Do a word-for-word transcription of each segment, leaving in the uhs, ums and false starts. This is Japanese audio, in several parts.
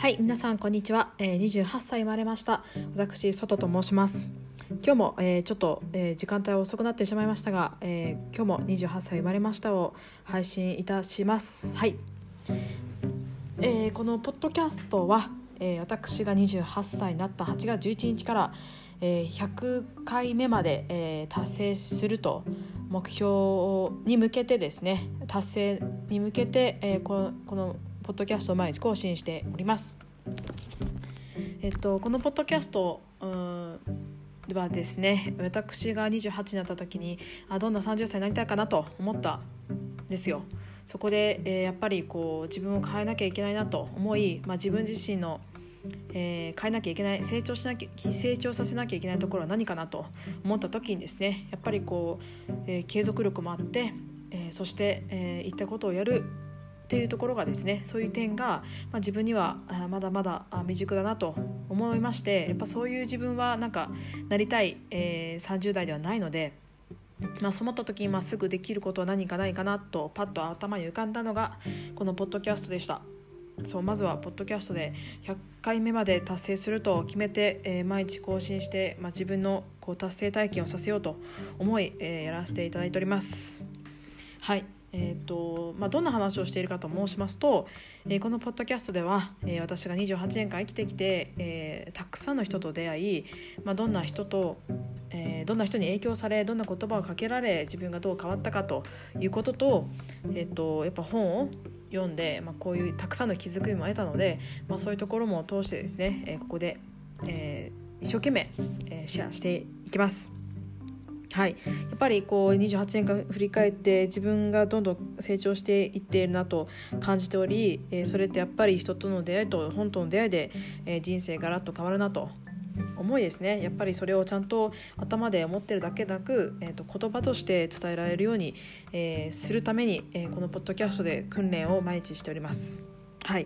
はい、皆さんこんにちは、えー、にじゅうはっさい生まれました私ソトと申します。今日も、えー、ちょっと、えー、時間帯遅くなってしまいましたが、えー、今日もにじゅうはっさい生まれましたを配信いたします。はい、えー、このポッドキャストは、えー、私がにじゅうはっさいになったはちがつじゅういちにちから、えー、ひゃくかいめまで、えー、達成すると目標に向けてですね達成に向けて、えー、この、このポッドキャストを毎日更新しております。えっと、このポッドキャストではですね、私がにじゅうはちになった時にあどんなさんじゅっさいになりたいかなと思ったんですよ。そこで、えー、やっぱりこう自分を変えなきゃいけないなと思い、まあ、自分自身の、えー、変えなきゃいけない成長しなきゃ成長させなきゃいけないところは何かなと思った時にですね、やっぱりこう、えー、継続力もあって、えー、そして、えー、言ったことをやるっていうところがですね、そういう点が、まあ、自分にはまだまだ未熟だなと思いまして、やっぱそういう自分はなんかなりたい、えー、さんじゅうだいではないので、まあ、そう思った時に、まあ、すぐできることは何かないかなとパッと頭に浮かんだのがこのポッドキャストでした。そうまずはポッドキャストでひゃっかいめまで達成すると決めて、えー、毎日更新して、まあ、自分のこう達成体験をさせようと思い、えー、やらせていただいております。はい、えーとまあ、どんな話をしているかと申しますと、えー、このポッドキャストでは、えー、私がにじゅうはちねんかん生きてきて、えー、たくさんの人と出会い、まあ、どんな人と、えー、どんな人に影響されどんな言葉をかけられ自分がどう変わったかということと、えーとやっぱ本を読んで、まあ、こういうたくさんの気づきも得たので、まあ、そういうところも通してですね、えー、ここで、えー、一生懸命、えー、シェアしていきます。はい、やっぱりこうにじゅうはちねんかん振り返って自分がどんどん成長していっているなと感じており、えー、それってやっぱり人との出会いと本との出会いで、えー、人生ガラッと変わるなと思いですね。やっぱりそれをちゃんと頭で思ってるだけなく、えー、と言葉として伝えられるように、えー、するために、えー、このポッドキャストで訓練を毎日しております。はい、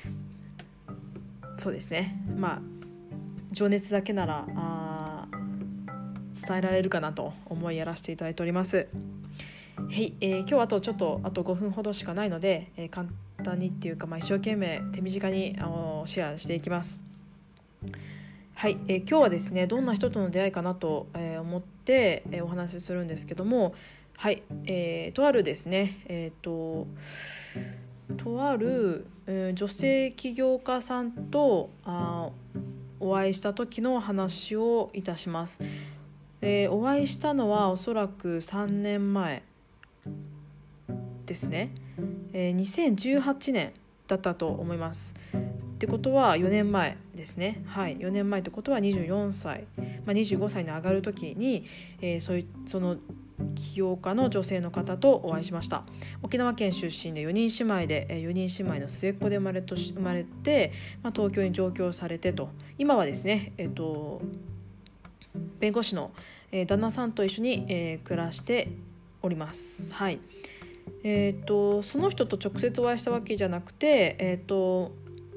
そうですね、まあ情熱だけならあ伝えられるかなと思いやらせていただいております。はい、えー、今日はあとちょっとあとごふんほどしかないので、えー、簡単にっていうか、まあ、一生懸命手短にあのシェアしていきます。はい、えー、今日はですねどんな人との出会いかなと、えー、思って、えー、お話しするんですけども、はい、えー、とあるですねえっ、ー、ととある、えー、女性起業家さんとあお会いした時の話をいたします。えー、お会いしたのはおそらくさんねんまえですね、えー、にせんじゅうはちねんだったと思います。ってことはよねんまえですね。はい、よねんまえってことはにじゅうよんさい、まあ、にじゅうごさいに上がる時に、えー、そういうその起業家の女性の方とお会いしました。沖縄県出身でよにん姉妹で、えー、よにん姉妹の末っ子で生まれとし生まれて、まあ、東京に上京されてと、今はですね、えーと、弁護士の、えー、旦那さんと一緒に、えー、暮らしております。はい、えーと、その人と直接お会いしたわけじゃなくて、えーと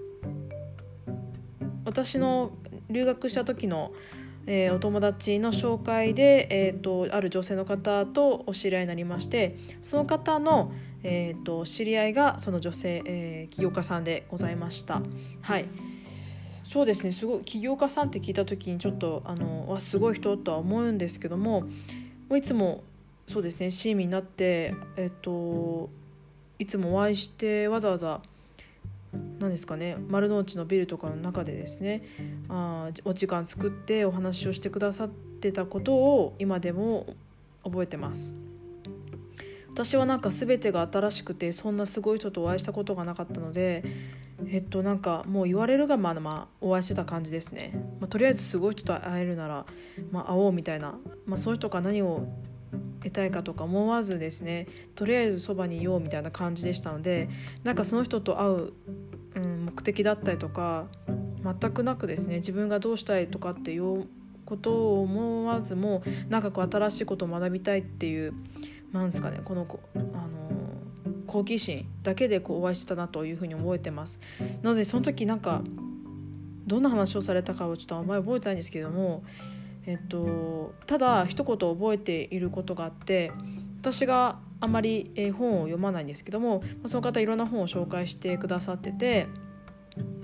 私の留学した時の、えー、お友達の紹介で、えー、とある女性の方とお知り合いになりまして、その方の、えー、と知り合いがその女性、えー、起業家さんでございました。はい、そうですね、すごい起業家さんって聞いた時にちょっとあのわすごい人とは思うんですけども、もういつもそうですね親身になって、えー、といつもお会いしてわざわざ何ですかね、丸の内のビルとかの中でですねあお時間作ってお話をしてくださってたことを今でも覚えてます。私はなんか全てが新しくてそんなすごい人とお会いしたことがなかったので、えっとなんかもう言われるがままお会いしてた感じですね。まあ、とりあえずすごい人と会えるなら、まあ、会おうみたいな、まあ、そういう人が何を得たいかとか思わずですね、とりあえずそばにいようみたいな感じでしたので、なんかその人と会う、うん、目的だったりとか全くなくですね、自分がどうしたいとかっていうことを思わずもなんかこう新しいことを学びたいっていうなんですかね、このあの好奇心だけでこうお会いしてたなというふうに覚えてます。なのでその時なんかどんな話をされたかはちょっとあんまり覚えてないんですけども、えっと、ただ一言覚えていることがあって、私があまり本を読まないんですけども、その方いろんな本を紹介してくださってて、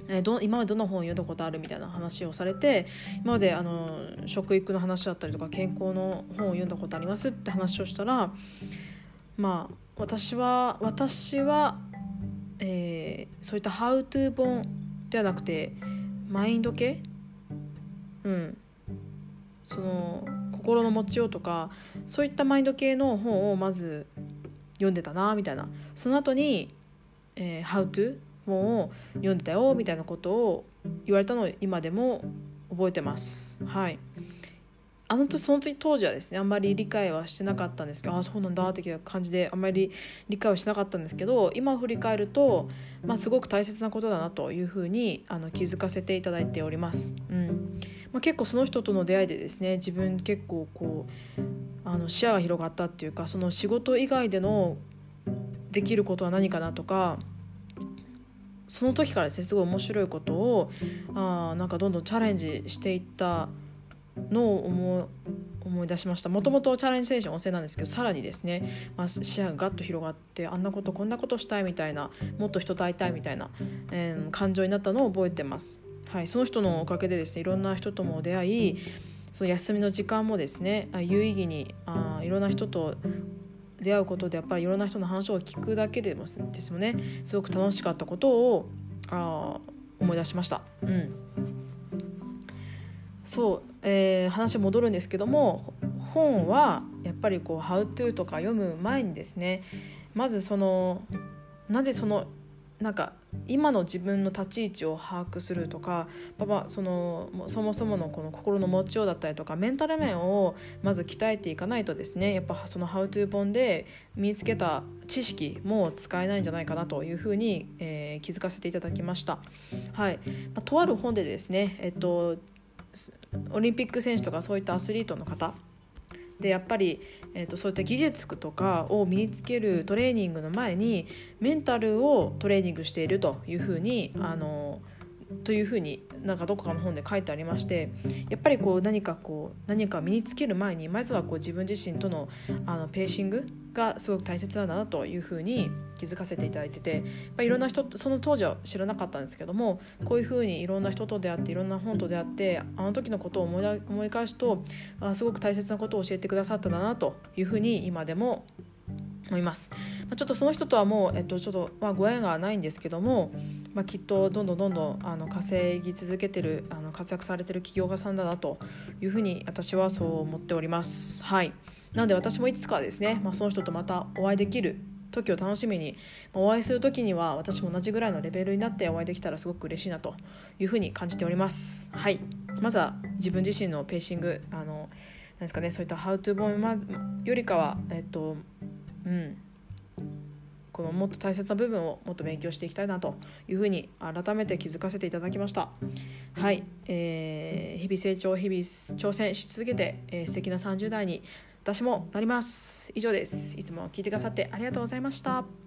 えー、ど今までどんな本を読んだことあるみたいな話をされて、今まであの食育の話だったりとか健康の本を読んだことありますって話をしたら、まあ私は私は、えー、そういったハウトゥー本ではなくてマインド系、うんその心の持ちようとかそういったマインド系の本をまず読んでたなみたいな、その後に、えー、How to 本を読んでたよみたいなことを言われたのを今でも覚えてます。はい。あの時その時当時はですねあんまり理解はしてなかったんですけど、ああそうなんだって感じであんまり理解はしなかったんですけど、今振り返ると、まあ、すごく大切なことだなというふうにあの気づかせていただいております。うんまあ、結構その人との出会いでですね、自分結構こうあの視野が広がったっていうか、その仕事以外でのできることは何かなとか、その時からですねすごい面白いことをあなんかどんどんチャレンジしていったのを思思い出しました。もともとチャレンジ精神旺盛なんですけど、さらにですね、まあ、視野がガッと広がって、あんなことこんなことしたいみたいな、もっと人と会いたいみたいな、えー、感情になったのを覚えてます。はい、その人のおかげでですねいろんな人とも出会い、その休みの時間もですね有意義にあいろんな人と出会うことで、やっぱりいろんな人の話を聞くだけでもですよね、すごく楽しかったことをあ思い出しました。うんそう、えー、話戻るんですけども、本はやっぱりこう How to とか読む前にですね、まずそのなぜそのなんか今の自分の立ち位置を把握するとか、パパそのそもそものこの心の持ちようだったりとかメンタル面をまず鍛えていかないとですね、やっぱその How to 本で身につけた知識も使えないんじゃないかなというふうに、えー、気づかせていただきました。はい、まあ、とある本でですね、えっとオリンピック選手とかそういったアスリートの方でやっぱり、えーと、そういった技術とかを身につけるトレーニングの前にメンタルをトレーニングしているというふうにあのというふうになんかどこかの本で書いてありまして、やっぱりこう何かこう何か身につける前にまずはこう自分自身とのあのペーシングがすごく大切なんだなというふうに気づかせていただいてて、まあ、いろんな人とその当時は知らなかったんですけども、こういうふうにいろんな人と出会っていろんな本と出会ってあの時のことを思い、思い返すとあすごく大切なことを教えてくださったんだなというふうに今でも思います。まあ、ちょっとその人とはもう、えっと、ちょっと、まあ、ご縁がないんですけども、まあ、きっとどんどんどんどんあの稼ぎ続けてるあの活躍されてる起業家さんだなというふうに私はそう思っております。はい、なので私もいつかですね、まあ、その人とまたお会いできる時を楽しみに、お会いする時には私も同じぐらいのレベルになってお会いできたらすごく嬉しいなというふうに感じております。はい、まずは自分自身のペーシング、あのなんですかね、そういったハウトゥー本よりかは、えっとうん、このもっと大切な部分をもっと勉強していきたいなというふうに改めて気づかせていただきました。はい、えー、日々成長、日々挑戦し続けて、えー、素敵なさんじゅう代に私もなります。以上です。いつも聞いてくださってありがとうございました。